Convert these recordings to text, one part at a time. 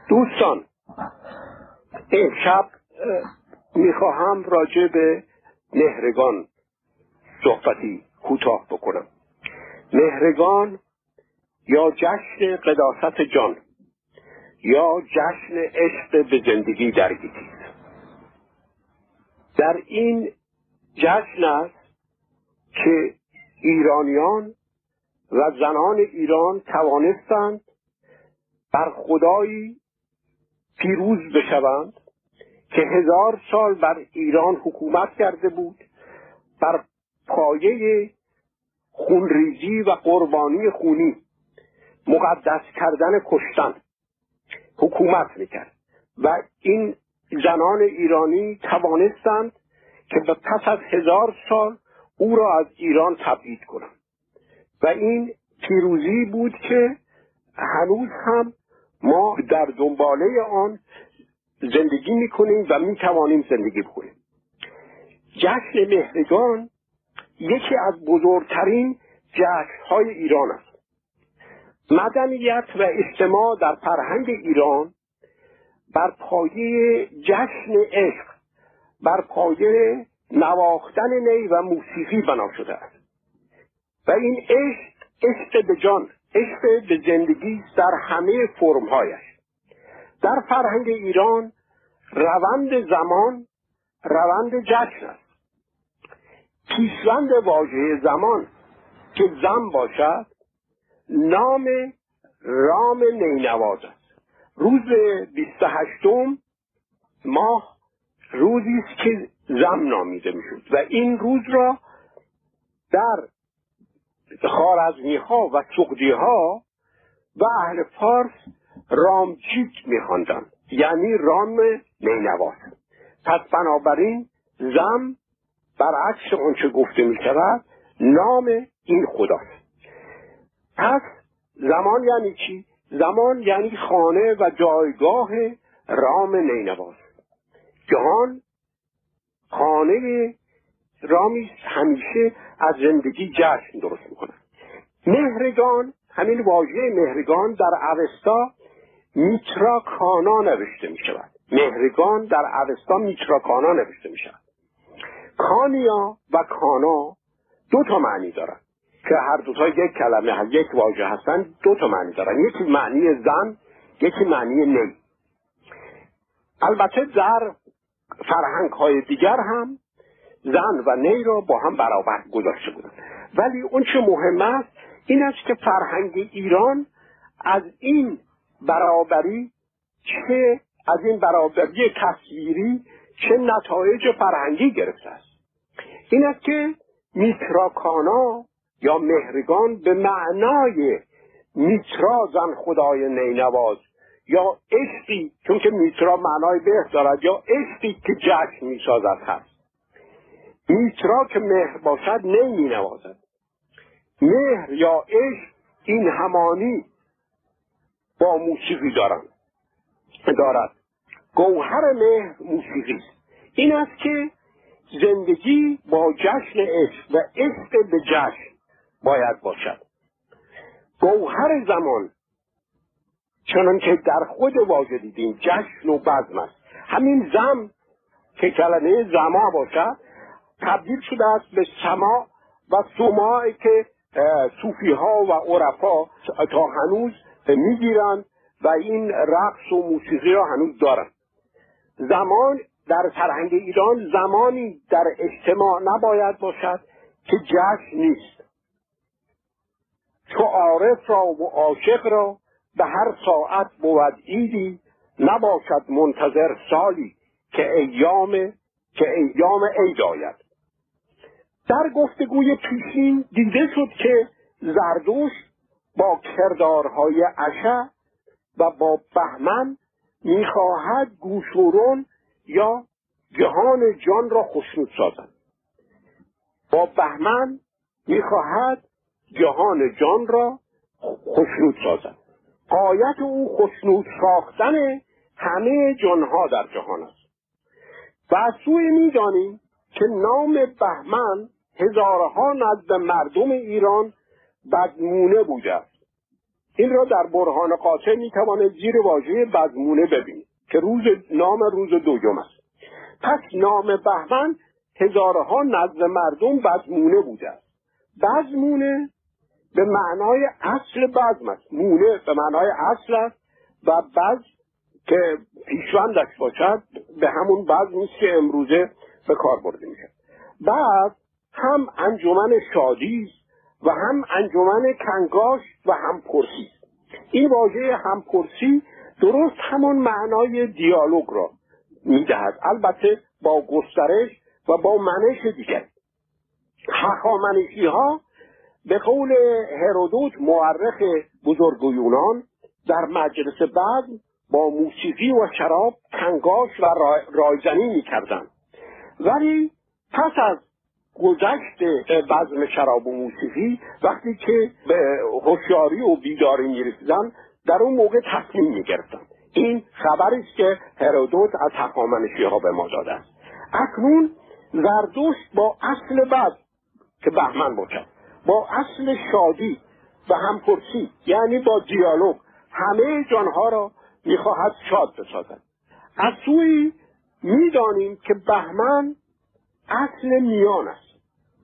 دوستان، امشب میخواهم راجع به مهرگان صحبتی کوتاه بکنم. مهرگان یا جشن قداست جان یا جشن عشق به زندگی در گیتی. در این جشن است که ایرانیان و زنان ایران توانستند بر خدایی پیروز بشوند که 1000 سال بر ایران حکومت کرده بود، بر پایه خونریزی و قربانی خونی، مقدس کردن کشتن حکومت میکرد و این زنان ایرانی توانستند که پس از 1000 سال او را از ایران تبعید کنند و این پیروزی بود که هنوز هم ما در دنباله آن زندگی میکنیم و میتوانیم زندگی بکنیم. جشن مهرگان یکی از بزرگترین جشن‌های ایران است. مدنیت و اجتماع در فرهنگ ایران بر پایه جشن عشق، بر پایه نواختن نی و موسیقی بنا شده است و این عشق به جان، عشق به زندگی در همه فرم‌هایش. در فرهنگ ایران روند زمان روند جشن است. پیشوند واژه زمان که زم باشد نام رام نینواز است. روز 28 ماه روزی است که زم نامیده میشد و این روز را در خوارزمی ها و سغدی ها و اهل فارس رامجیت میخواندند، یعنی رام نینواز. پس بنابراین زم برعکس اونچه گفته میشود نام این خداست. پس زمان یعنی چی؟ زمان یعنی خانه و جایگاه رام نینواز. جهان خانه رامی همیشه از زندگی جشن درست میکنه. مهرگان، همین واژه مهرگان در اوستا میتراکانا نوشته میشود. مهرگان در اوستا میتراکانا نوشته میشود. کانیا و کانا 2 معنی دارن که هر دوتا یک کلمه، یک واژه هستن، 2 معنی دارن. یکی معنی زن، یکی معنی نی. البته در فرهنگ های دیگر هم زن و نی را با هم برابر گذاشته بودن، ولی اون چه مهم است این است که فرهنگ ایران از این برابری تصویری چه نتایج فرهنگی گرفته است. این است که میتراکانا یا مهرگان به معنای میترا زن خدای نینواز یا عشقی، چون که میترا معنای به دارد، یا عشقی که جشن میسازد هست. میترا که مهر باشد نی مینوازد. مهر یا عشق این همانی با موسیقی دارد. گوهر مهر موسیقی است. این است که زندگی با جشن عشق و عشق به جشن باید باشد. گوهر زمان چنان که در خود واژه دیدیم جشن و بزم است. همین زم که کلمه زما باشد تبدیل شده است به سما و سماعی که صوفی ها و عرفا تا هنوز میگیرند و این رقص و موسیقی را هنوز دارند. زمان در فرهنگ ایران زمانی در اجتماع نباید باشد که جشن نیست. چو عارف را و عاشق را به هر ساعت بود عیدی، نباشد منتظر سالی که ایام عید آید. در گفتگوی پیشین دیده شد که زردشت با کردارهای عشه و با بهمن میخواهد گوشورون یا جهان جان را خشنود سازد. با بهمن میخواهد جهان جان را خشنود سازد. غایت او خشنود ساختن همه جانها در جهان است. و از سوی میدانیم که نام بهمن هزارها نزد مردم ایران بدمونه بوده است. این را در برهان قاطع میتواند زیر واژه بزمونه ببینید که نام روز دوم است. پس نام بهمن هزارها نزد مردم بزمونه بوده است. بزمونه به معنای اصل بزم است. مونه به معنای اصل است و بزم که پیشوندش باشد به همون بزمی است که امروزه به کار برده میشه. بعد هم انجمن شادی و هم انجمن کنگاش و هم پرسی. این واژه هم پرسی درست همون معنای دیالوگ را میدهد، البته با گسترش و با منش دیگر. هخامنشی ها به قول هرودوت مورخ بزرگ یونان در مجلس بزم با موسیقی و شراب کنگاش و رایزنی می‌کردند، ولی پس از گذشت بزم شراب و موسیقی وقتی که به هوشیاری و بیداری می‌رسیدند در اون موقع تصمیم می‌گرفتند. این خبری است که هرودوت از هخامنشی‌ها به ما داده است. اکنون زردشت با اصل بزم که بهمن باشد، با اصل شادی و همپرسی یعنی با دیالوگ همه جانها را میخواهد شاد بسازد. از سوی میدانیم که بهمن اصل میان است.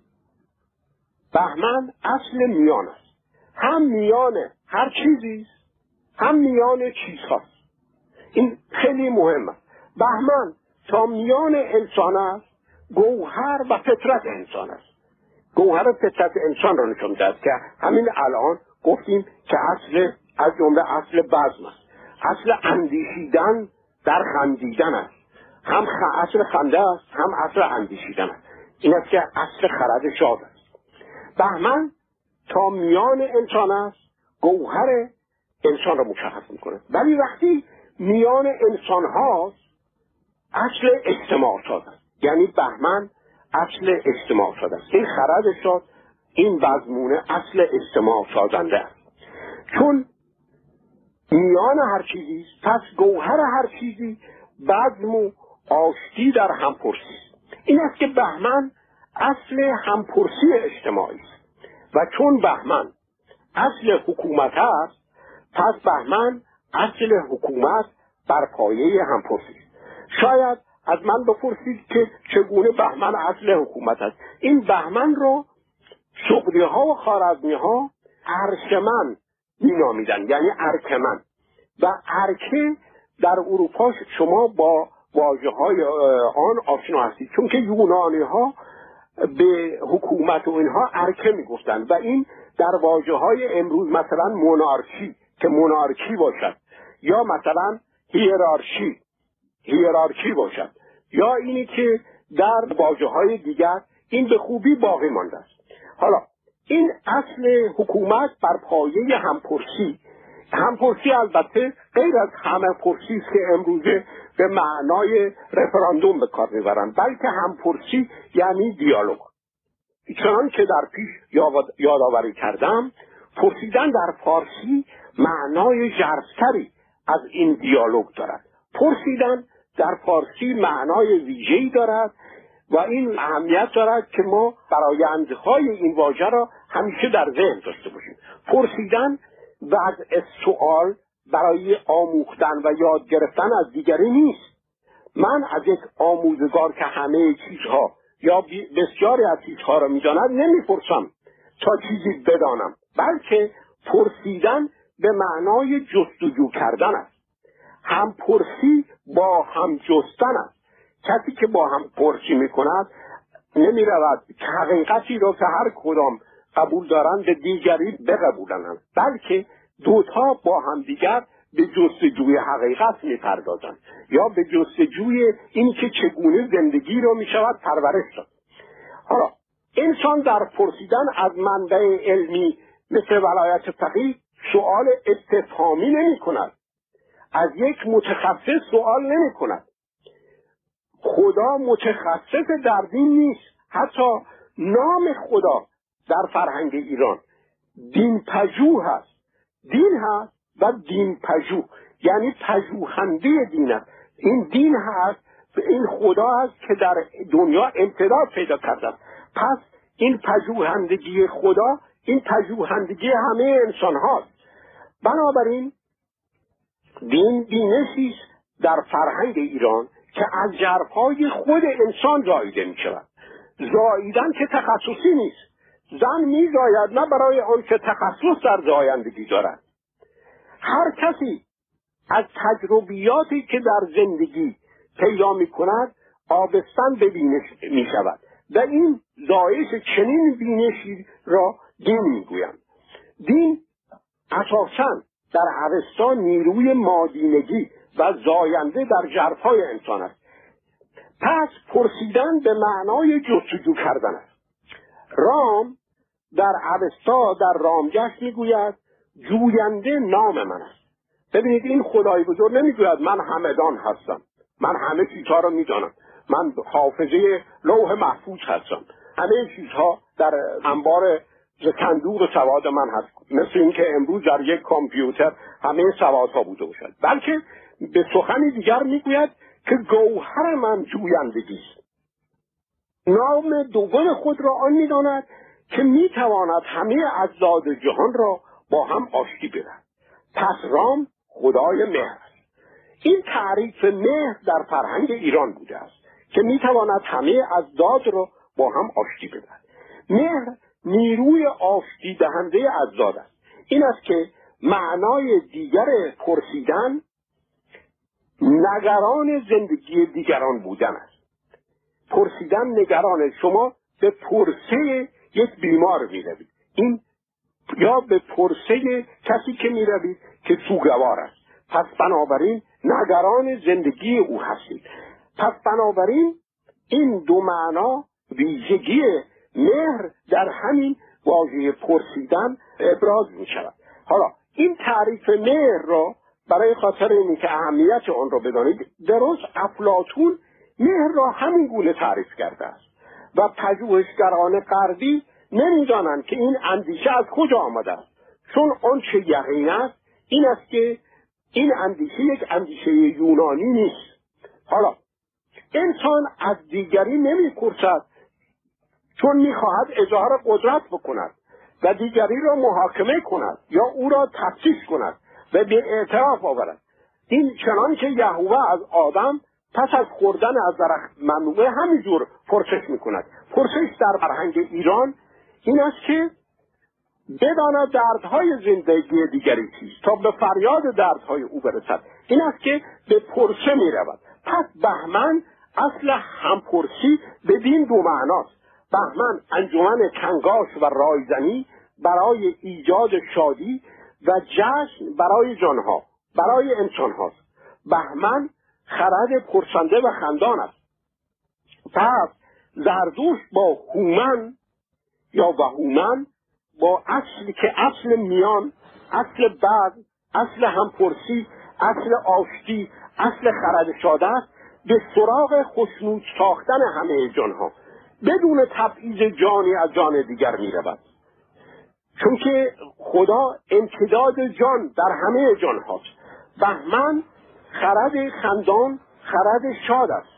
بهمن اصل میان است، هم میان هر چیزی است هم میان چیزهاست. این خیلی مهم است. بهمن تا میان انسان است، گوهر و فطرت انسان است. گوهر فطرت انسان را نشان داد که همین الان گفتیم که اصل از جمله اصل بزم است. اصل اندیشیدن در خندیدن است. هم اصل خنده است هم اصل اندیشیدن است. این است که اصل خرد شاد است. بهمن تا میان انسان است، گوهر انسان را مشخص میکنه. ولی وقتی میان انسان هاست، اصل اجتماع شاد است. یعنی بهمن اصل اجتماع شده است. این خرد شاد، این بزمونه اصل اجتماع سازنده است. چون میان هر چیزی است، پس گوهر هر چیزی بزم و آشتی در همپرسی است. این است که بهمن اصل همپرسی اجتماعی است و چون بهمن اصل حکومت است، پس بهمن اصل حکومت بر پایه همپرسی است. شاید از من بپرسید که چگونه بهمن اصل حکومت است. این بهمن رو سغدی ها و خوارزمی ها ارکمن مینامیدن، یعنی ارکمن. و ارکه در اروپا شما با واژه های آن آشنا هستید، چون که یونانی ها به حکومت و اینها ارکه میگفتن و این در واژه های امروز مثلا مونارشی که مونارکی باشد، یا مثلا هیرارشی باشد، یا اینی که در واژه‌های دیگر این به خوبی باقی مانده است. حالا این اصل حکومت بر پایه همپرسی البته غیر از همپرسی است که امروزه به معنای رفراندوم به کار میبرند، بلکه همپرسی یعنی دیالوگ. چنان که در پیش یادآوری کردم، پرسیدن در فارسی معنای ژرف‌تری از این دیالوگ دارد. پرسیدن در فارسی معنای ویژه‌ای دارد و این اهمیت دارد که ما فرآیندهای این واژه را همیشه در ذهن داشته باشیم. پرسیدن وضع سؤال برای آموختن و یاد گرفتن از دیگری نیست. من از یک آموزگار که همه چیزها یا بسیاری از چیزها را می‌داند نمی‌پرسم تا چیزی بدانم، بلکه پرسیدن به معنای جستجو کردن است. هم پرسی با هم جستن است. کسی که با هم پرسی می‌کند نمی‌رود که حقیقتی را که هر کدام قبول دارند به دیگری بقبولانند، بلکه دوتا با هم دیگر به جستجوی حقیقت می‌پردازند یا به جستجوی این که چگونه زندگی را می‌شود پرورش داد. حالا انسان در پرسیدن از منبع علمی مثل ولایت فقیه سؤال استفهامی نمی‌کند، از یک متخصص سوال نمی‌کند. خدا متخصص در دین نیست. حتی نام خدا در فرهنگ ایران دین پژوه هست. دین هست و دین پژوه یعنی پژوهنده دین است. این دین هست، این خدا است که در دنیا امتداد پیدا کرده است. پس این پژوهندگی خدا، این پژوهندگی همه انسان هاست بنابراین دین بینشی است در فرهنگ ایران که از ژرفای خود انسان زاییده می شود. زاییدن که تخصصی نیست. زن می زاید نه برای آن که تخصص در زایندگی دارد. هر کسی از تجربیاتی که در زندگی پیدا می کند آبستن به بینش می شود و این زایش چنین بینشی را دین می گویند. دین اساساً در اوستا نیروی مادینگی و زاینده در ژرفای انسان است. پس پرسیدن به معنای جستجو کردن است. رام در اوستا در رامگشت میگوید جوینده نام من است. ببینید این خدای بزرگ نمیگوید من همدان هستم، من همه چیزها را میدانم، من حافظه لوح محفوظ هستم، همه چیزها در انبار صندوق سواد من هست، مثل این که امروز در یک کامپیوتر همه سوادها بوده باشد. بلکه به سخنی دیگر میگوید که گوهر من جویندگی است. نام دوم خود را آن میداند که میتواند همه اجزاد جهان را با هم آشتی بدهد. پس رام خدای مهر است. این تعریف مهر در فرهنگ ایران بوده است که میتواند همه اجزاد را با هم آشتی بدهد. مهر نیروی آشتی دهنده اجزاد است. این است که معنای دیگر پرسیدن نگران زندگی دیگران بودن است. پرسیدن نگران، شما به پرسه یک بیمار میروید، این یا به پرسه کسی که میروید که سوگوار است. پس بنابراین نگران زندگی او هستید. پس بنابراین این دو معنا ویژگی مهر در همین واژه پرسیدن ابراز می شود. حالا این تعریف مهر را برای خاطر اینکه اهمیت آن را بدانید، درست افلاطون مهر را همین گونه تعریف کرده است و پژوهشگران غربی نمی‌دانند که این اندیشه از کجا آمده است، چون آن چه یقین است این است که این اندیشه یک اندیشه یونانی نیست. حالا انسان از دیگری نمی‌پرسد چون می‌خواهد اظهار قدرت بکند و دیگری را محاکمه کند یا او را تفتیش کند و به اعتراف آورد. این چنان که یهوه از آدم پس از خوردن از درخت ممنوعه همینجور پرسش میکند. پرسش در فرهنگ ایران این است که بداند دردهای زندگی دیگری چیست تا به فریاد دردهای او برسد. این است که به پرسه میرود. پس بهمن اصل همپرسی بدین دو معناست. بهمن انجمن کنگاش و رایزنی برای ایجاد شادی و جشن برای جانها، برای انسان هاست. بهمن خرد پرسنده و خندان است. پس زردوشت با هومن یا وهومن با اصلی که اصل میان، اصل بعد، اصل همپرسی، اصل آشتی، اصل خرد شاده است، به سراغ خشنود ساختن همه جانها بدون تبعیض جانی از جان دیگر می رود. چون که خدا امتداد جان در همه جان هاست. بهمن خرد خندان، خرد شاد است،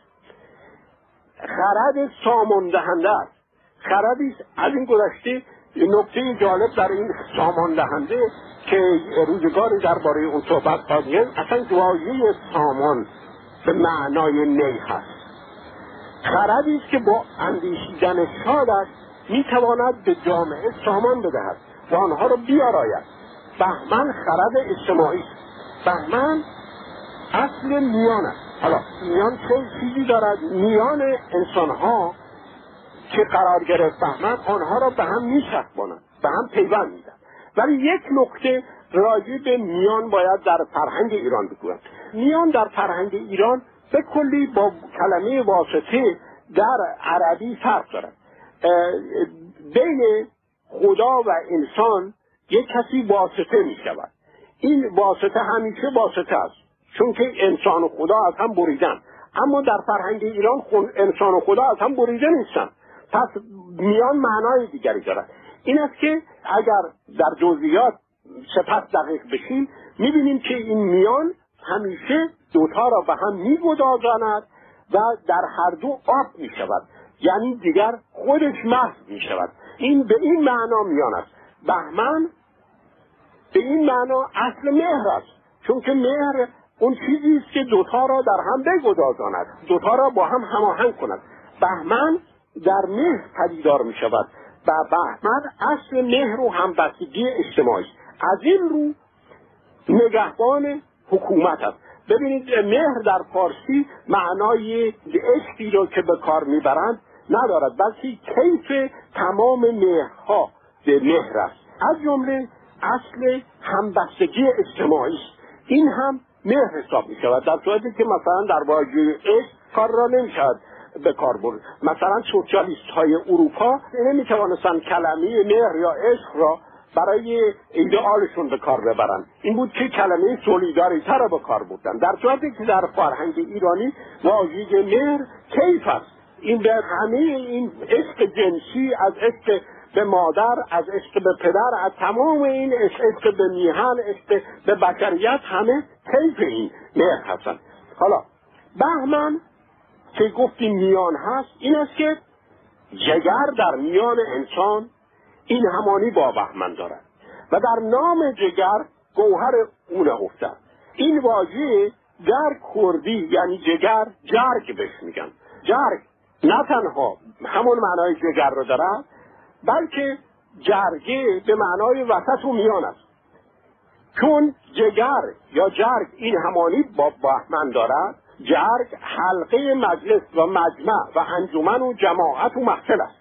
خرد سامان دهنده است. خردی از این گذشته نکته جالب در این سامان دهنده که روزگاری درباره اون صحبت کردیم، اصلا واژه سامان به معنای نی هست. خردی است که با اندیشیدن شاد است میتواند به جامعه سامان بدهد و آنها را بیاراید. بهمن خرد اجتماعی است. بهمن اصل میان است. حالا میان چه چیزی دارد؟ میان انسانها که قرار گرفت بهمن آنها را به هم میچسباند، به هم پیوند میدن. ولی یک نکته راجع به میان باید در فرهنگ ایران بگویم. میان در فرهنگ ایران به کلی با کلمه واسطه در عربی فرق دارد. بین خدا و انسان یک کسی واسطه می شود. این واسطه همیشه واسطه است، چون که انسان و خدا از هم بریدن. اما در فرهنگ ایران انسان و خدا از هم بریده نیستن. پس میان معنای دیگری دارد. این است که اگر در جزئیات سپس دقیق بشیم میبینیم که این میان همیشه دوتا را به هم میگدازاند و در هر دو آب میشود، یعنی دیگر خودش محض میشود. این به این معنا میان است. بهمن به این معنا اصل مهر است، چون که مهر اون چیزی است که دوتا را در هم بگدازاند، دوتا را با هم هماهنگ کند. بهمن در مهر پدیدار می شود و بهمن اصل مهر و همبستگی اجتماعی. از این رو نگهبان حکومت است. ببینید مهر در فارسی معنای عشقی را که به کار میبرند ندارد، بلکه کیف تمام مهرها به مهر است. از جمله اصل همبستگی اجتماعی است. این هم مهر حساب می شود، در صورتی که مثلا در واژه عشق کار را نمی شود به کار برد. مثلا سوسیالیست های اروپا نمی توانستند کلمه مهر یا عشق را برای ایدئالشون به کار ببرن. این بود که کلمه سولیداریته را به کار بردن، در صورتی که در فرهنگ ایرانی واژه مهر کیف است. این به همه این عشق جنسی، از عشق به مادر، از عشق به پدر، از تمام این عشق به میهن، عشق به بشریت، همه کیف این مهر هستند. حالا بهمن که گفتیم میان هست، این است که جگر در میان انسان این همانی با بهمن دارد و در نام جگر گوهر او نهفته. این واژه در کردی یعنی جگر، جرگ بهش میگن. جرگ نه تنها همون معنای جگر رو دارد، بلکه جرگه به معنای وسط و میان است. چون جگر یا جرگ این همانی با بهمن دارد، جرگ حلقه مجلس و مجمع و انجمن و جماعت و محفل است.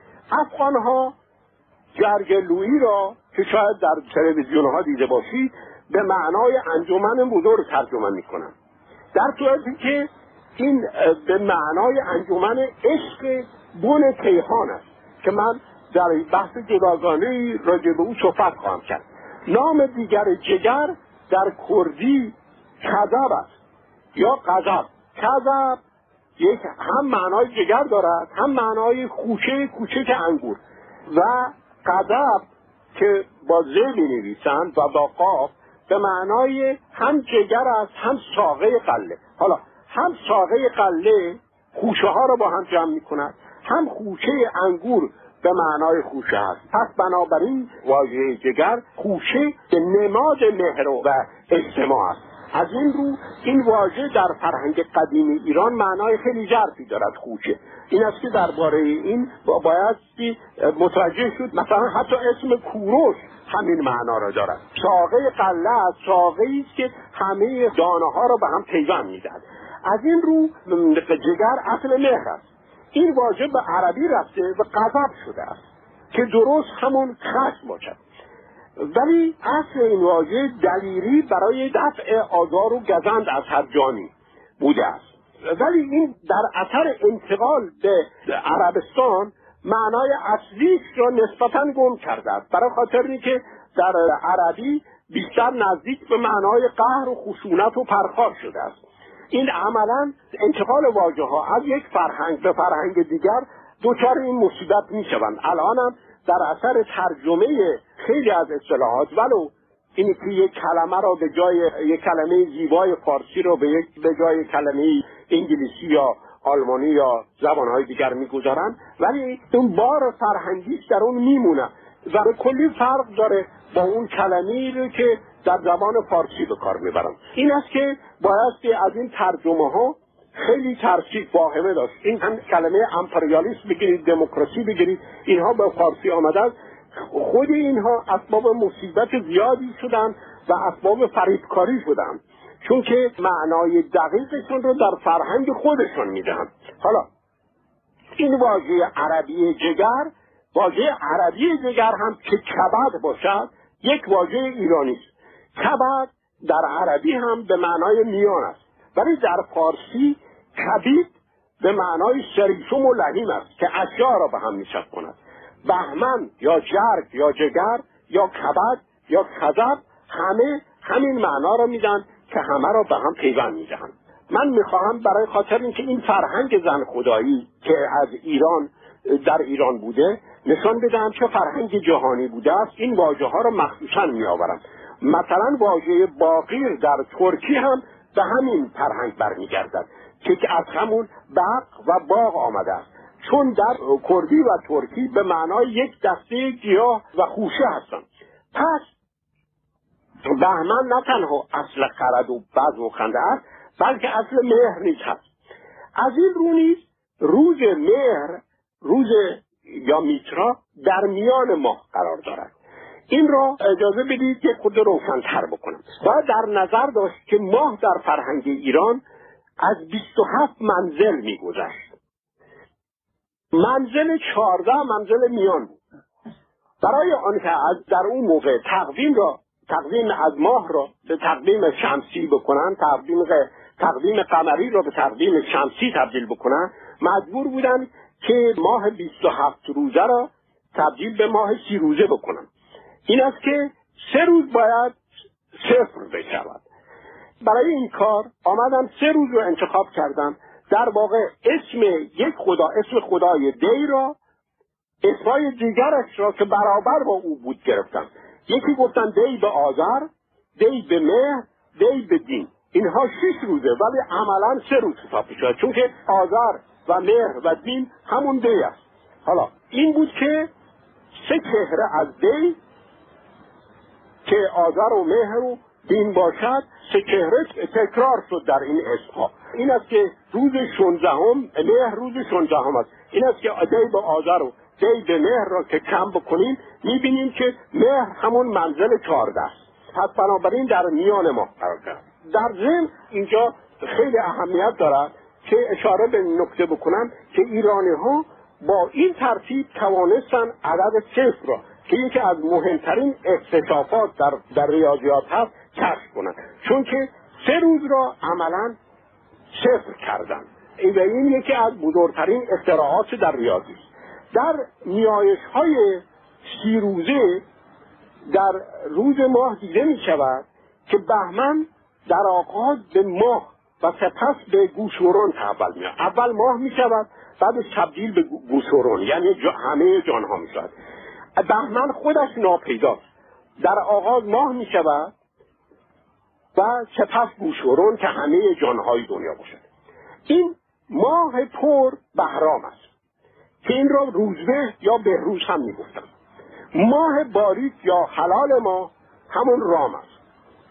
افغانها جرگلویی را که شاید در تلویزیون ها دیده باشید به معنای انجمن بزرگ ترجمه میکنن، در صورتی که این به معنای انجمن عشق بن کیهان است که من در بحث جداگانه راجع به او صحبت خواهم کرد. نام دیگر جگر در کردی کذب است یا غضب. کذب یک هم معنای جگر دارد، هم معنای خوشه کوچک انگور، و غضب که با ز می‌نویسند و با قاف به معنای هم جگر است هم ساقه قله. حالا هم ساقه قله خوشه ها رو با هم جمع می‌کند، هم خوشه انگور به معنای خوشه است. پس بنابراین واژه جگر خوشه به نماد مهر و اجتماع است. از این رو این واژه در فرهنگ قدیم ایران معنای خیلی ظرفی دارد. خوشه این است که درباره این بایستی متوجه شد. مثلا حتی اسم کوروش همین معنا را دارد. ساقه قله است، ساقه‌ای است که همه دانه ها را به هم پیوند می‌دهد. از این رو جگر اصل مهر است. این واژه به عربی رفته و غضب شده است که درست همون خشم باشد، ولی اصل این واژه دلیری برای دفع آزار و گزند از هر جانی بوده است. ولی این در اثر انتقال به عربستان معنای اصلیش را نسبتاً گم کرده است، برای خاطر اینکه در عربی بیشتر نزدیک به معنای قهر و خشونت و پرخاش شده است. این عملاً انتقال واژه ها از یک فرهنگ به فرهنگ دیگر دچار این مصیبت می شوند. الانم در اثر ترجمه خیلی از اصطلاحات، ولو اینی که یک کلمه را به جای یک کلمه زیبای فارسی را به جای کلمه انگلیسی یا آلمانی یا زبانهای دیگر میگذارن، ولی اون بار فرهنگیش در اون میمونه و به کلی فرق داره با اون کلمه‌ای رو که در زبان فارسی به کار میبرن. این است که بایستی از این ترجمه ها خیلی ترسید واهمه داشت. این هم کلمه امپریالیسم بگیرید، دموکراسی بگیرید، اینها به فارسی آمدن، خود اینها اسباب مصیبت زیادی شدن و اسباب فریبکاری شدن، چون که معنای دقیقشون رو در فرهنگ خودشون میدن. حالا این واژه عربی جگر، واژه عربی جگر هم که کبد باشد یک واژه ایرانی است. کبد در عربی هم به معنای میان است، ولی در فارسی کبید به معنای سریشم و لحیم است که اشیاء را به هم میشد کند. بهمن یا جرگ یا جگر یا کبد یا خزب همه همین معنا را میدن که همه را به هم پیوند میدهند. من میخواهم برای خاطر اینکه این فرهنگ زن خدایی که از ایران در ایران بوده نشان بدهم چه فرهنگ جهانی بوده است، این واژه ها را مخصوصا میآورم. مثلا واژه باقیر در ترکی هم به همین فرهنگ برمیگردد که از همون بق و باغ آمده است، چون در کردی و ترکی به معنای یک دسته گیاه و خوشه هستند. پس بهمن نه تنها اصل خرد و بزم و خنده است، بلکه اصل مهر نیز هست. از این رو نیز روز مهر، روز یا میترا در میان ماه قرار دارد. این را اجازه بدید که خود روشن‌تر بکنم. باید در نظر داشت که ماه در فرهنگ ایران از 27 منزل می‌گذشت. منزل 14 منزل میان بود. برای آنکه در اون موقع تقویم از ماه را به تقویم شمسی بکنن، تقویم قمری را به تقویم شمسی تبدیل بکنن، مجبور بودن که ماه 27 روزه را تبدیل به ماه 30 روزه بکنن. این است که 3 روز باید 0 بشود. برای این کار آمدن 3 روز رو انتخاب کردن. در واقع اسم یک خدا، اسم خدای دی را، اسمای دیگرش را که برابر با او بود گرفتن. یکی گفتن دی به آذر، دی به مهر، دی به دین. اینها 6 روزه ولی عملا 3 روز حساب می‌شود، چون که آذر و مهر و دین همون دی است. حالا این بود که 3 چهره از دی که آذر و مهر و دین باشد، 3 چهره تکرار شد در این اسمها. این است که روز 16ام مهر روز 16ام است. این است که دی به آذر و دی به مهر را که کم بکنیم میبینیم که مهر همون منزل 14 است. پس بنابراین در میان ما قرار دارد. در ضمن اینجا خیلی اهمیت دارد که اشاره به نکته بکنم که ایرانی‌ها با این ترتیب توانستن عدد 0 را که یکی از مهمترین اکتشافات در ریاضیات هست کشف کنند، چون که 3 روز را عملا 0 کردن. این یکی از بزرگترین اختراعات در ریاضی است. در نیایش‌های 30 روزه در روز ماه دیده می شود که بهمن در آغاز به ماه و سپس به گوشورون تحول می شود. اول ماه می شود، بعدش تبدیل به گوشورون، یعنی همه جانها می شود. بهمن خودش ناپیداست. در آغاز ماه می شود و سپس گوشورون که همه جانهای دنیا باشد. این ماه پر بهرام است که این را روزبه یا بهروز هم می گفتن. ماه باریک یا حلال ماه همون رام است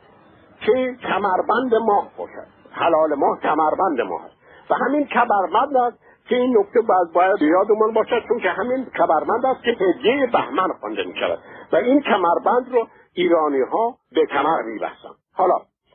که کمربند ماه باشد. حلال ماه کمربند ماه است و همین کمربند است که این نکته باید یادمون باشد، چون که همین کمربند است که هدیه بهمن خوانده می شود و این کمربند رو ایرانی ها به کمر می بستند. حالا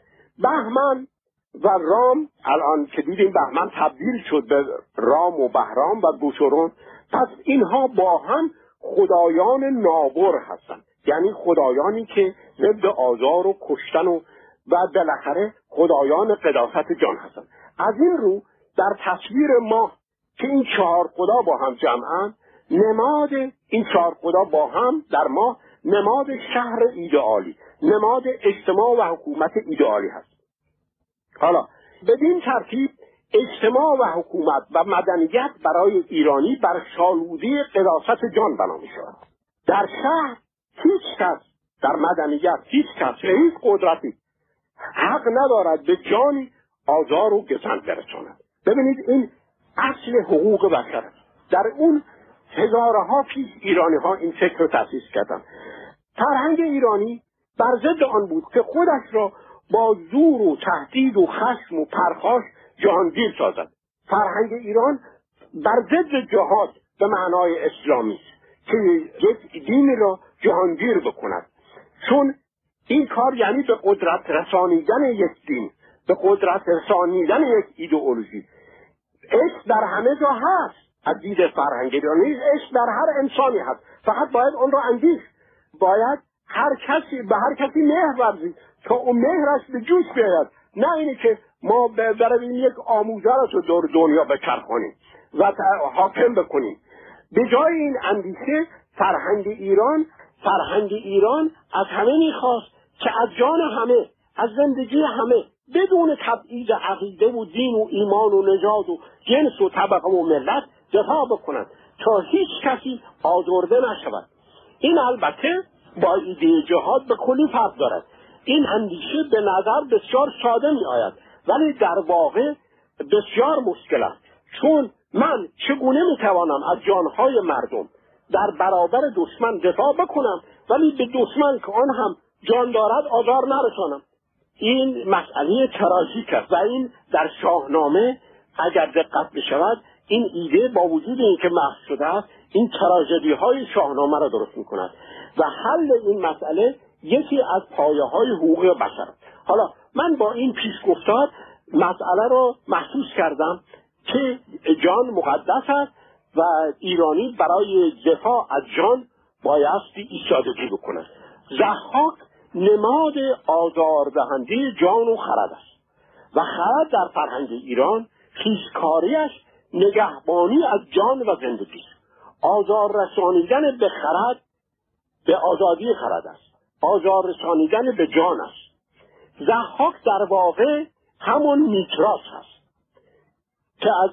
بهمن و رام، الان که دیدیم بهمن تبدیل شد به رام و بهرام و گوشورون، پس اینها با هم خدایان نابر هستند، یعنی خدایانی که ضد آزار و کشتن و بالاخره خدایان قداست جان هستند. از این رو در تصویر ماه که این 4 خدا با هم جمعن، نماد این 4 خدا با هم در ماه نماد شهر ایدئالی، نماد اجتماع و حکومت ایدئالی هست. حالا بدین ترتیب اجتماع و حکومت و مدنیت برای ایرانی بر شالودی قداست جان بنا می شود. در شهر هیچ کس، در مدنیت هیچ کس، هیچ قدرتی حق ندارد به جانی آزار و گزند برساند. ببینید این اصل حقوق بشر است. در اون هزارها پیش ایرانی ها این فکر رو تأسیس کردن. فرهنگ ایرانی بر ضد آن بود که خودش را با زور و تهدید و خشم و پرخاش جهانگیر سازد. فرهنگ ایران بر ضد جهاد به معنای اسلامی است که یک دین را جهانگیر بکند، چون این کار یعنی به قدرت رسانیدن یک دین، به قدرت رسانیدن یک ایدئولوژی. عشق در همه جا هست. از دید فرهنگ ایرانی عشق در هر انسانی هست، فقط باید اون را اندیش، باید به هر کسی مهر ورزید تا اون مهرش به جوش بیاید، نه اینی که ما برویم یک آموزه را تو دور دنیا بچرخانیم و حاکم بکنیم. به جای این اندیشه فرهنگ ایران از همه میخواست که از جان همه، از زندگی همه، بدون تبعیض عقیده و دین و ایمان و نژاد و جنس و طبقه و ملت دفاع بکنند تا هیچ کسی آزرده نشود. این البته با ایده جهاد به کلی فرق دارد. این اندیشه به نظر بسیار ساده می آید ولی در واقع بسیار مشکل است، چون من چگونه می توانم از جانهای مردم در برابر دشمن دفاع بکنم ولی به دشمن که آن هم جان دارد آزار نرسانم. این مسئله تراژیک است و این در شاهنامه اگر دقت بشود این ایده با وجود اینکه محو شده است این تراژدی های شاهنامه را درست می کند و حل این مسئله یکی از پایه های حقوق بشر. حالا من با این پیشگفتار مسئله را محسوس کردم که جان مقدس است و ایرانی برای دفاع از جان بایستی ایستادگی بکند. ضحاک نماد آزاردهنده جان و خرد است و خرد در فرهنگ ایران خیزکاریش نگهبانی از جان و زندگی است. آزار رسانیدن به خرد به آزادی خرد است، آزار رسانیدن به جان است. ضحاک در واقع همون میتراس هست که از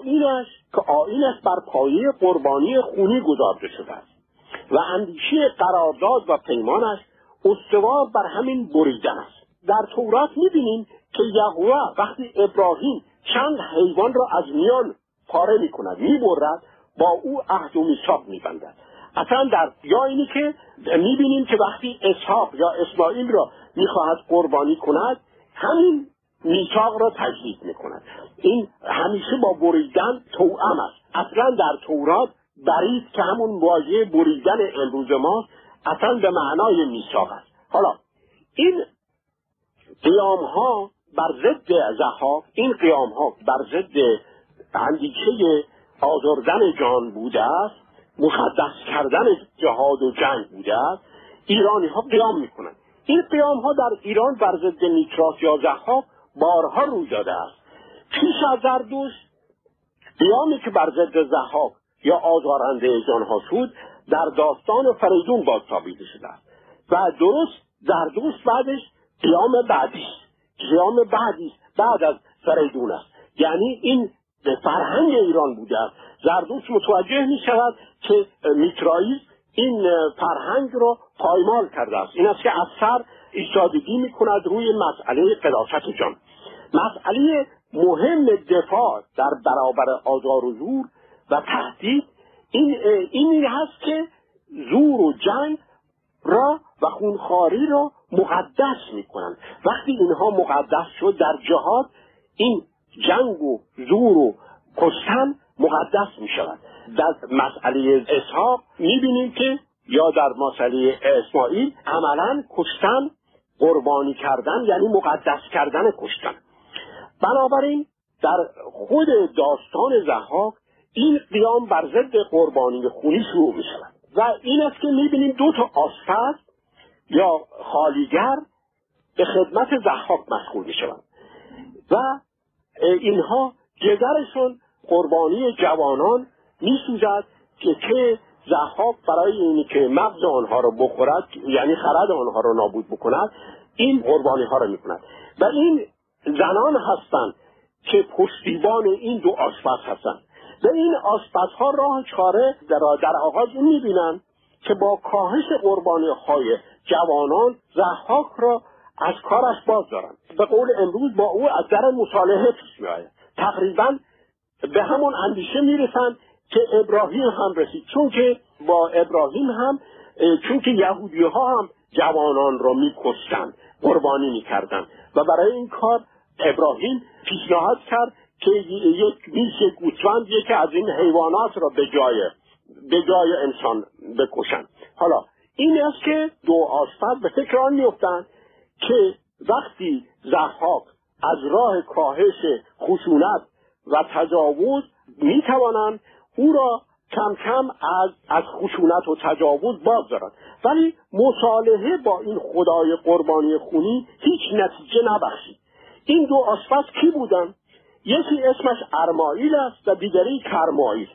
آیینش بر پایه قربانی خونی گذارده شده است و اندیشه قرارداد و پیمانش استوار بر همین بریدن است. در تورات می‌بینیم که یهوه وقتی ابراهیم چند حیوان را از میان پاره می‌کند، می‌برد، با او عهد و میثاق می‌بندد. اصلا در یا اینی که می‌بینیم که وقتی اسحاق یا اسماعیل را می‌خواهد قربانی کند همین میثاق را تجدید می‌کند. این همیشه با بریدن توأم است. اصلا در تورات برید که همون واژه بریدن امروز ما اصلا به معنای میثاق است. حالا این قیام‌ها بر ضد ضحاک، این قیام‌ها بر ضد اندیشه آزردن جان بوده است، مقدس کردن جهاد و جنگ بوده است. ایرانی‌ها قیام می‌کنند. این قیام‌ها در ایران بر ضد میتراس یا ضحاک بارها روی داده است. پیش از زردشت قیامی که بر ضد ضحاک یا آزارنده جانها شد در داستان فریدون بازتابیده شده است و درست زردشت بعدش قیام بعدی بعد از فریدون است. یعنی این به فرهنگ ایران بوده است. زردشت متوجه می شود که میترائیس این فرهنگ را پایمال کرده است. این است که از سر ایستادگی می کند روی مسئله قداست جان. مسئله مهم دفاع در برابر آزار و زور و تهدید این هست که زور و جنگ را و خونخواری را مقدس می کنند. وقتی اینها مقدس شد در جهاد این جنگ و زور و کشتن مقدس می شود. در مسئله اسحاق می بینیم که یا در مسئله اسماعیل عملا کشتن، قربانی کردن یعنی مقدس کردن کشتن. بنابراین در خود داستان ضحاک این قیام بر ضد قربانی خونی شروع می شود و این است که می بینیم دو تا آشپز یا خالیگر به خدمت ضحاک مشغول می شوند و اینها جگرشون قربانی جوانان می سوزد که ضحاک برای اینی که مغز آنها را بخورد یعنی خرد آنها را نابود بکند این قربانی ها را می کند و این زنان هستند که پشتیبان این دو آشپز هستند و این آشپزها راه چاره در آغاز این می بینند که با کاهش قربانی های جوانان ضحاک را از کارش باز دارند. به قول امروز با او از در مصالحه پیش می آید. تقریبا به همون اندیشه می رسند که ابراهیم هم رسید، چون که با ابراهیم هم چون که یهودی ها هم جوانان را می کشتند، قربانی می کردند و برای این کار ابراهیم پیشنهاد کرد که یک میش گوسفند یکی از این حیوانات را به جای انسان بکشند. حالا این است که دو آشپز به فکر آن می‌افتند که وقتی ضحاک از راه کاهش خشونت و تجاوز می‌توانند او را کم کم از خشونت و تجاوز باز دارند، ولی مصالحه با این خدای قربانی خونی هیچ نتیجه نبخشید. این دو آشپز کی بودند؟ یکی اسمش ارمائیل است و دیگری کرمائیل.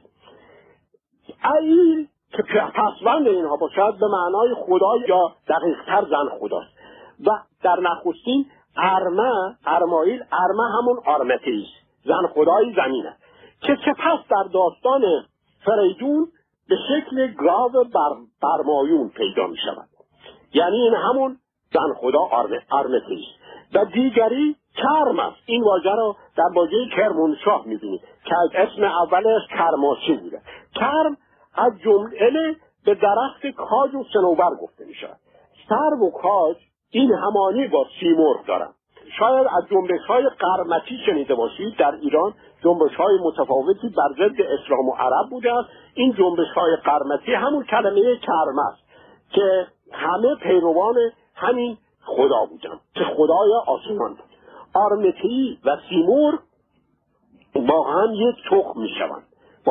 ایل که پسوند اینها باشد به معنای خدا یا دقیق‌تر زن خداست و در نخستین ارمائیل همون آرمته است، زن خدای زمین است که سپس در داستان فریدون به شکل گاو برمایون پیدا می شود. یعنی این همون زن خدا آرمته است و دیگری کرم است. این واژه را در واژه کرمانشاه می بینید که از اسم اولش کرماشی بوده. کرم از جمله به درخت کاج و صنوبر گفته می شود. سرو و کاج این همانی با سیمرغ دارن. شاید از جنبش‌های قرمطی شنیده باشید. در ایران جنبش‌های متفاوتی بر ضد اسلام و عرب بوده است. این جنبش‌های قرمطی همون کلمه کرم است که همه پیروان همین خدا بودن که خدای آسمان بود. آرمتئی و سیمرغ با هم یک تخم میشوند،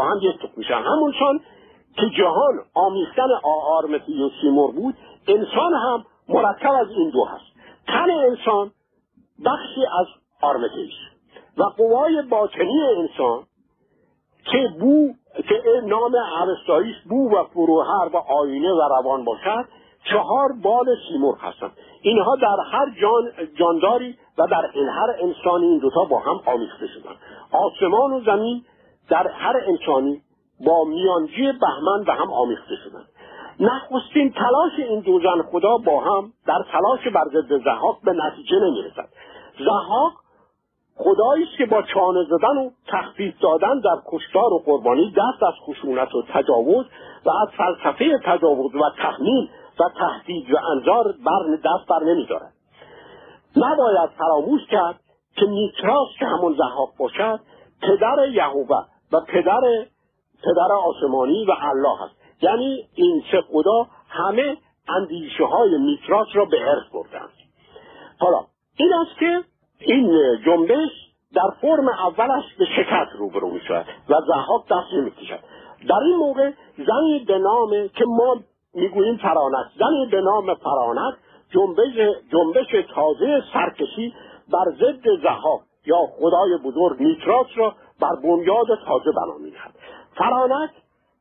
همونشان که جهان آمیختن آرمتئی و سیمرغ بود، انسان هم مرکب از این دو هست. تن انسان بخشی از آرمتئی است و قوای باطنی انسان که نام ارسطویی بو و فروهر و آینه و روان باشد، 4 بال سیمرغ هستند. اینها در هر جانداری و در هر انسانی این دوتا با هم آمیخته شدند. آسمان و زمین در هر انسانی با میانجی بهمن به هم آمیخته شدند. نخستین تلاش این دو زن خدا با هم در تلاش بر ضد ضحاک به نتیجه نمیرسد. ضحاک خدایی است که با چانه زدن و تخفیف دادن در کشتار و قربانی دست از خشونت و تجاوز و از فلسفه تجاوز و تحمیل و تهدید و انذار دست بر نمی‌دارد. نباید فراموش کرد که میتراس که همون ضحاک باشد پدر یهوه و پدر آسمانی و الله است. یعنی این سه خدا همه اندیشه های میتراس را به ارث بردند. حالا این است که این جنبش در فرم اولش به شکست روبرو می شود و ضحاک دست نمی کشد. در این موقع زنی به نام که ما میگوییم فرانک، زنی به نام فرانک جنبش تازه سرکشی بر ضد ضحاک یا خدای بزرگ میتراس را بر بنیاد تازه بنا می‌دهد. فرانک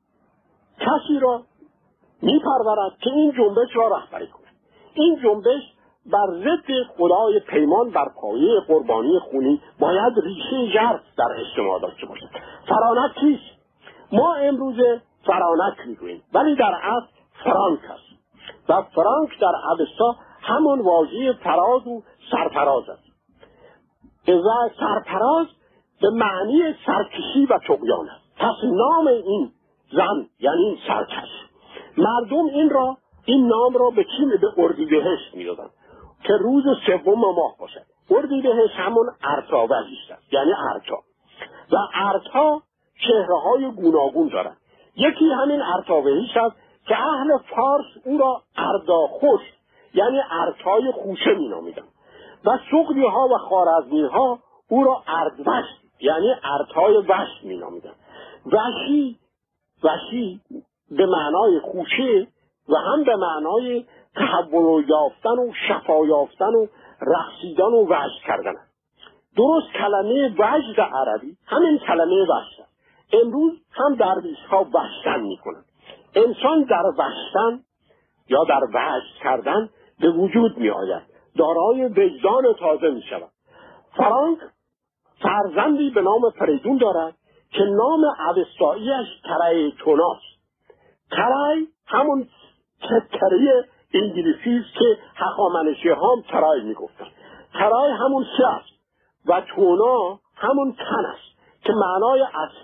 کسی را میپرورد که این جنبش را رهبری کند. این جنبش بر ضد خدای پیمان بر پایه قربانی خونی باید ریشه ژرف در اجتماع داشته باشد. فرانک کیست؟ ما امروز فرانک میگوییم ولی در اصل فرانک است و فرانک در اوستا همون واژه فراز و سرفراز است. و سرفراز به معنی سرکشی و طغیان است. پس نام این زن یعنی این سرکش. مردم این نام را به اردیبهشت می‌دادند که روز 3 ماه باشد. اردیبهشت همون ارتابهشت است، یعنی ارتا. و ارتا چهره‌های گوناگون دارد. یکی همین ارتابهشت است که اهل فارس او را ارداخوش یعنی ارتای خوشه می‌نامیدند و سغدی‌ها و خوارزمی‌ها او را اردوش یعنی ارتای وحش می‌نامیدند. وحشی به معنای خوشه و هم به معنای تحول یافتن و شفا یافتن و رقصیدن و وحش کردن است. درست کلمه وجد عربی همین کلمه وحش است. امروز هم درویش‌ها وحشتن می‌کنند. انسان در وحشتن یا در وحش کردن به وجود می‌آید، دارای وجدان تازه می‌شود. فرانک فرزندی به نام فریدون دارد که نام اوستایی‌اش ترای توناست. ترای همون تری انگلیسی است که هخامنشی هم ترای میگفتن. ترای همون سه است و تونا همون تن است که معنای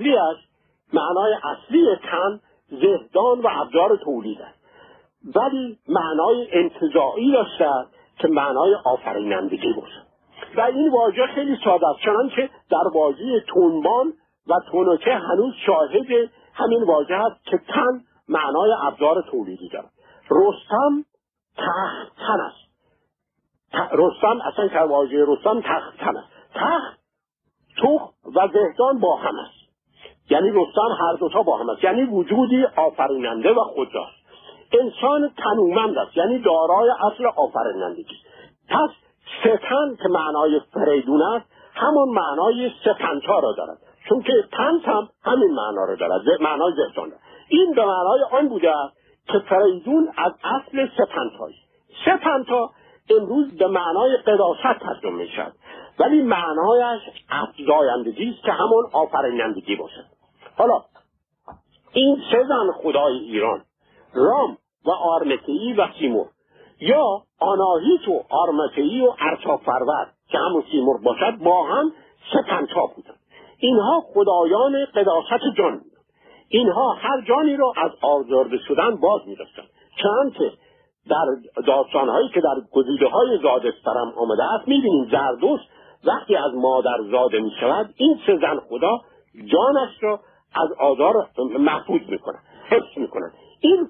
اصلی تن زهدان و ابزار تولید است، ولی معنای انتزاعی داشته که معنای آفرینندگی باشد. و این واژه خیلی ساده است، چنانچه در واژه تونبان و تونکه هنوز شاهد همین واژه است که تن معنای ابزار تولیدی دارد. رستم تن است. رستم اصلا که واژه رستم تن است. تخت و زهدان با هم است، یعنی رستم هر دوتا با هم است، یعنی وجودی آفریننده و خوددار. انسان تنومند است، یعنی دارای اصل آفرینندگی. پس ستن که معنای فریدون است همون معنای سپنتا را دارد، چون که تنت هم همین معنا را دارد، معنای زهدان را. این به معنای آن بوده است که فریدون از اصل سپنتایی. سپنتا امروز به معنای قداست ترجمه می شود، ولی معنایش افزایندگی است که همون آفرینندگی باشد. حالا این 3 زن خدای ایران، رام و آرمتئی و سیمرغ، یا آناهیت و آرمتئی و ارتافرور که همون سیمرغ باشد، با هم سپنتا بودند. اینها خدایان قداست جان بودند. اینها هر جانی را از آزرده شدن باز می داشتند، چنانکه در داستانهایی که در گزیده‌های زادسترم آمده است می‌بینیم زردشت وقتی از مادر زاده می‌شود این سه زن خدا جانش را از آزار محفوظ می‌کنند، حفظ می‌کنند. این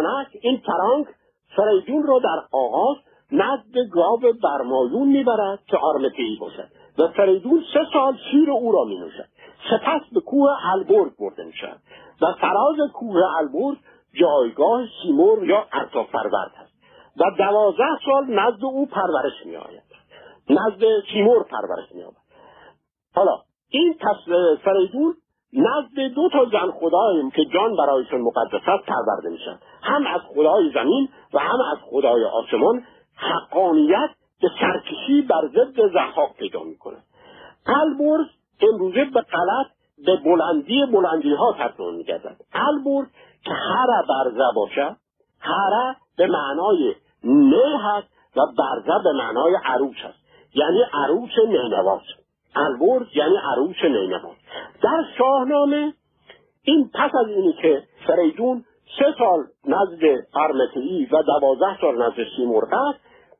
فرانک فریدون را در آغاز نزد گاو برمایون میبرد که آرمته‌ای باشد و فریدون 3 سال شیر او را می‌نوشد. سپس به کوه البرز برده می‌شود و فراز کوه البرز جایگاه سیمرغ یا ارتافرورد است و 12 سال نزد او پرورش می‌آید، نزد سیمرغ پرورش می‌یابد. حالا این فریدون نزد 2 تا زن خدایی که جان برایشون مقدس است پرورده میشن، هم از خدای زمین و هم از خدای آسمان. حقانیت به سرکشی بر ضد ضحاک پیدا میکنه. البرز امروزه به غلط به بلندی ها ترجمه میگردد. البرز که هره برزه باشه، هره به معنای نه هست و برزه به معنای عروس هست، یعنی عروس نینواز. البرز یعنی عروس نینواز. در شاهنامه این پس از اینی که فریدون 3 سال نزد آرمته‌ای و 12 سال نزد سیمرغ است،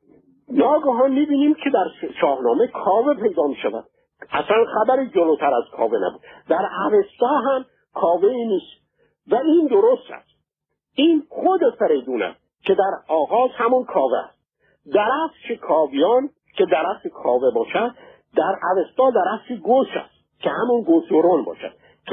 ناگهان میبینیم که در شاهنامه کاوه پیدا میشود. اصلا خبری جلوتر از کاوه نبود. در اوستا هم کاوه نیست و این درست است. این خود فریدون است که در آغاز همون کاوه است. درفش کاویان که درفش کاوه باشد، در اوستا درفش گوش است که همون گوشورون باشد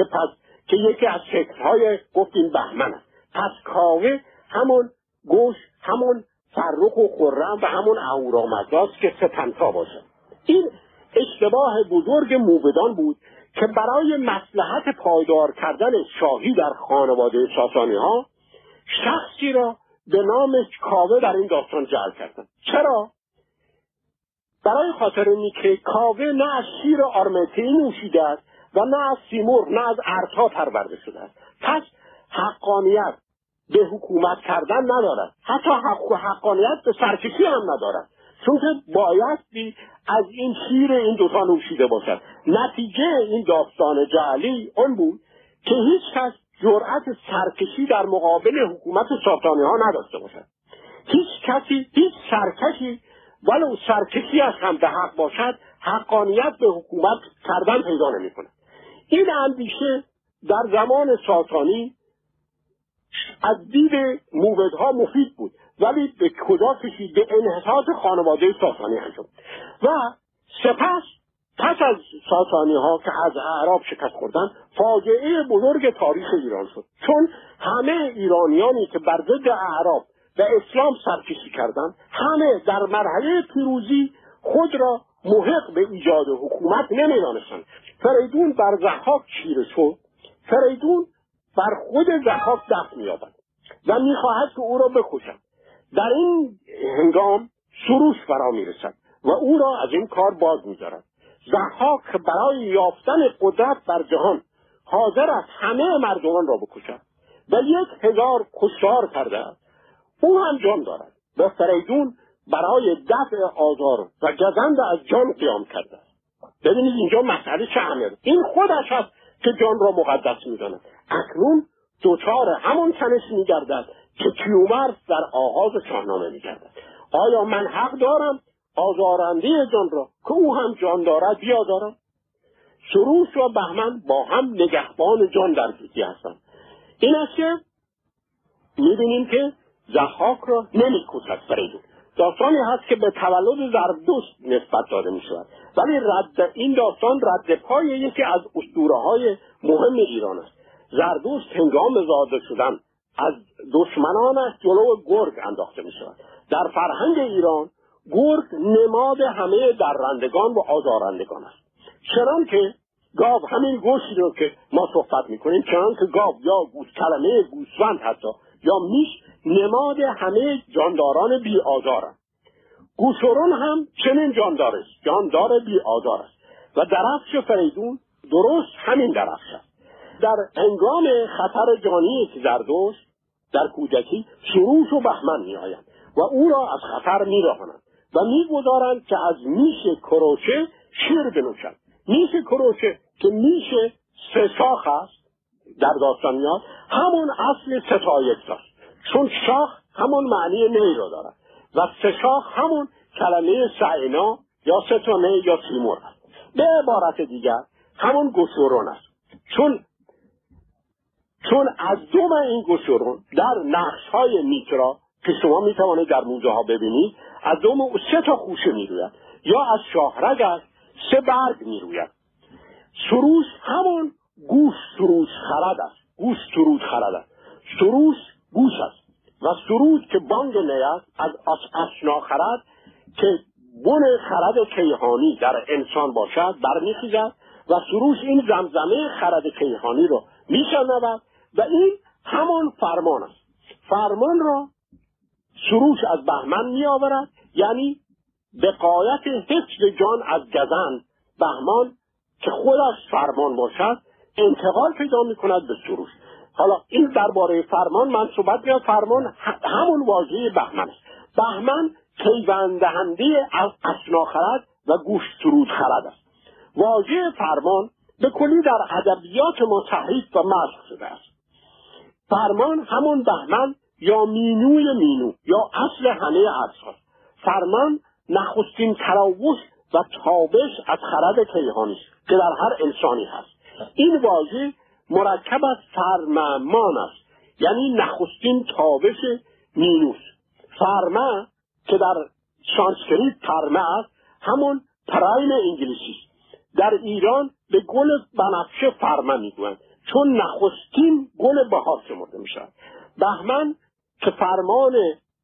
که یکی از شکل‌های گفتیم بهمن است. پس کاوه همون گوش، همون فرخ و خرم و همون اهورامزدا است که سپنتا باشد. این اشتباه بزرگ موبدان بود که برای مصلحت پایدار کردن شاهی در خانواده ساسانی ها شخصی را به نام کاوه در این داستان جعل کردند. چرا؟ برای خاطر اینی که کاوه نه از شیر آرمته‌ای نوشیده است و نه از سیمرغ نه از ارتا پرورده شده است. پس حقانیت به حکومت کردن ندارد، حتی حقانیت به سرکشی هم ندارد، چون که بایستی از این شیر این 2 تا نوشیده باشد. نتیجه این داستان جعلی اون بود که هیچ کس جرأت سرکشی در مقابل حکومت ساسانی ها نداشته باشد. هیچ سرکشی ولو سرکشیش هم به حق باشد حقانیت به حکومت کردن پیدا نمی‌کند. این اندیشه در زمان ساسانی از دید موبدها مفید بود، ولی به کجا کشید؟ به انحطاط خانواده ساسانی انجام. و سپس پس از ساسانی ها که از اعراب شکست خوردن، فاجعه بزرگ تاریخ ایران شد، چون همه ایرانیانی که بر ضد اعراب و اسلام سرکشی کردند، همه در مرحله پیروزی خود را محق به ایجاد حکومت نمی‌دانستند. فریدون بر ضحاک چیره شد. فریدون بر خود ضحاک دست می‌یابد و می‌خواهد که او را بکشد. در این هنگام سروش فرا می‌رسد و او را از این کار باز می‌دارد. ضحاک برای یافتن قدرت بر جهان حاضر است همه مردمان را بکشد و 1000 کشتار کرده است. او هم جان دارد و فریدون برای دفع آزار و گزند از جان قیام کرده است. ببینید اینجا مسئله چه اهمیت. این خودش است که جان را مقدس می‌داند. اکنون دوچار همون تنش می‌گردد که کیومرث در آغاز شاهنامه می‌گردد. آیا من حق دارم آزارنده جان را که او هم جان دارد بیازارم؟ سروش و بهمن با هم نگهبان جان در گیتی هستند. این است که می‌بینیم که ضحاک را نمی‌کشد فریدون. داستانی هست که به تولد زردشت نسبت داده می‌شود، ولی این داستان رد پای یکی از اسطوره‌های مهم ایران است. زردشت هنگام زاده شدن از دشمنانش جلو گرگ انداخته می‌شود. در فرهنگ ایران گرگ نماد همه درندگان و آزارندگان است. چنان که گاو، همین گوشتی رو که ما صحبت می‌کنیم، چنان که گاو یا کلمه گوسفند حتی یا میش نماد همه جانداران بی آزار است. گوشورون هم چنین جاندار بی آزار است و درفش فریدون درست همین درفش است. در هنگام خطر جانی زردشت در کودکی سروش و بهمن می‌آیند و او را از خطر می‌رهانند و می‌گذارند که از میش کروشه شیر بنوشد. میش کروشه که میش 3 شاخ است در داستان میاد، همون اصل 3 تا 1 است، چون شاخ همون معنی نی را دارد و سشاخ همون کلمه سعینا یا ستانه یا سیمور است. به عبارت دیگر همون گشورون است. چون از دوم این گشورون در نقش های میترا که شما میتوانید در موزه ها ببینید، از دوم او 3 تا خوشه میروید یا از شاهرگ است 3 برگ میروید. سروش همون گوش سروش خرد است. گوش سرود خرد است. سروش گوش است و سرود که بانگ نی است از اشنا خرد که بن خرد کیهانی در انسان باشد برمیخیزد و سروش این زمزمه خرد کیهانی رو میشنود و این همان فرمان است. فرمان را سروش از بهمن میآورد، یعنی به غایت حفظ جان از گزند بهمان که خودش فرمان باشد انتقال پیدا میکند به سروش. حالا این درباره فرمان من صحبت می‌کنم. فرمان همون واژه بهمن است. بهمن پیوند دهنده از اشنا خرد و گوش سرود خرد است. واژه فرمان به کلی در ادبیات ما تحریف و مسخ شده است. فرمان همون بهمن یا مینو یا اصل همه عصر. فرمان نخستین تراوش و تابش از خرد کیهانی است که در هر انسانی هست. این واژه مرکب از فرمان است، یعنی نخستین تابش مینوس. فرما که در سانسکریت پرما است، همون پرایم انگلیسی است. در ایران به گل بنفشه فرما میگویند چون نخستین گل بهار شمرده میشود. بهمن که فرمان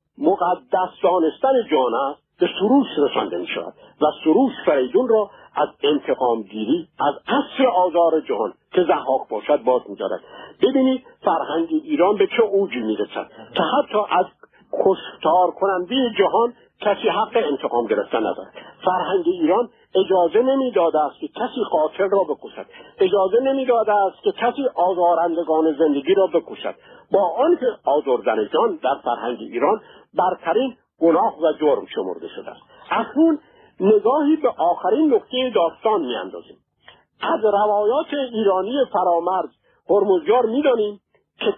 مقدس دانستن جان است به سروش رسانده میشود و سروش فریدون را از انتقام گیری از عصر آزار جهان که ضحاک باشد باز می‌دارد. ببینید فرهنگ ایران به چه اوجی میرسد که حتی از کشتار کننده جهان کسی حق انتقام گرفتن ندارد. فرهنگ ایران اجازه نمیداده است که کسی قاتل را بکشد، اجازه نمیداده است که کسی آزارندگان زندگی را بکشد، با آنکه آزردن جان در فرهنگ ایران برترین گناه و جرم شمرده شده است. اکنون نگاهی به آخرین نکته داستان میاندازیم. از روایات ایرانی فرامرز هرمزگار میدانیم که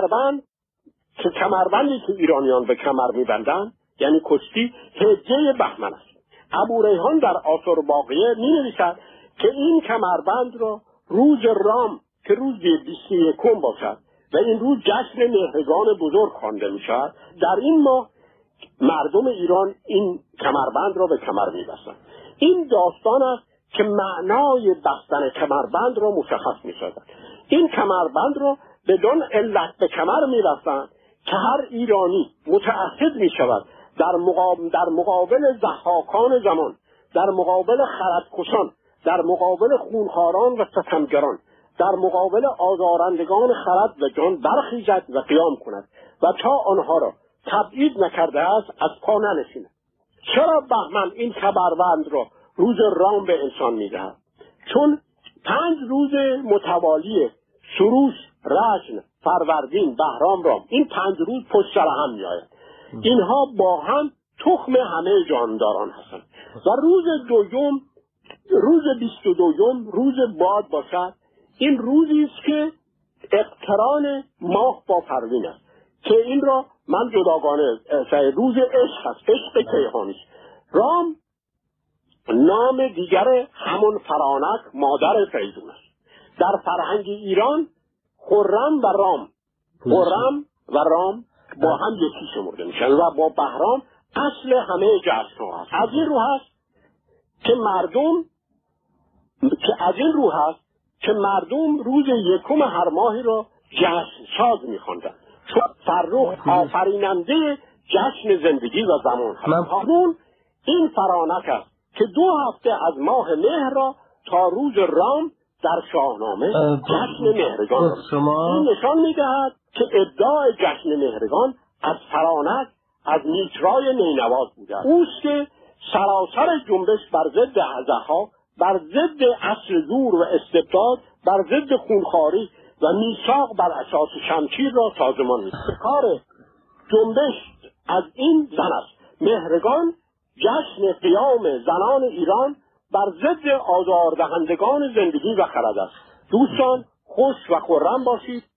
کمربندی که ایرانیان به کمر میبندند یعنی کشتی هجه بهمن است. ابو ریحان در آثار باقیه مینویسد که این کمربند را روز رام که روز 21 باشد و این روز جشن مهرگان بزرگ خوانده میشود، در این ماه مردم ایران این کمربند را به کمر میبستند. این داستان است که معنای بستن کمربند را مشخص می‌سازد. این کمربند را بدون علت به کمر می‌بستند که هر ایرانی متعهد می‌شود در مقابل ضحاکان زمان، در مقابل خردکشان، در مقابل خونخواران و ستمگران، در مقابل آزارندگان خرد و جان برخیزد و قیام کند و تا آنها را تبعید نکرده است از پا ننشیند. چرا بهمن این کمربند را روز رام به انسان میدهد؟ چون 5 روز متوالی سروش، رجن، فروردین، بهرام، رام، این 5 روز پشت سر هم میآید. اینها با هم تخم همه جانداران هستند و روز دوم، روز 22 روز باد باشد. این روزی است که اقتران ماه با پروین است که این را من جداگانه روز عشق است، عشق کیهانی است. رام نام دیگر همون فرانک مادر فریدون است. در فرهنگ ایران خرم و رام با هم یکی شمرده میشن و با بهرام اصل همه جشن‌ها هست. از این که مردم روز 1 هر ماهی را جشن ساز می‌خواندند، چون فرخ آفریننده جشن زندگی و زمان هست. قانون این فرانک است که 2 هفته از ماه مهر را تا روز رام در شاهنامه جشن مهرگان این نشان می‌دهد که ابداع جشن مهرگان از فرانک از میترای نینواز بوده است. اوست که سراسر جنبش بر ضد ضحاک، بر ضد عصر زور و استبداد، بر ضد خونخواری و میثاق بر اساس شمشیر را سازمان می‌دهد. کار جنبش از این زن است. مهرگان جشن قیام زنان ایران بر ضد آزاردهندگان زندگی و خرد است. دوستان خوش و خرم باشید.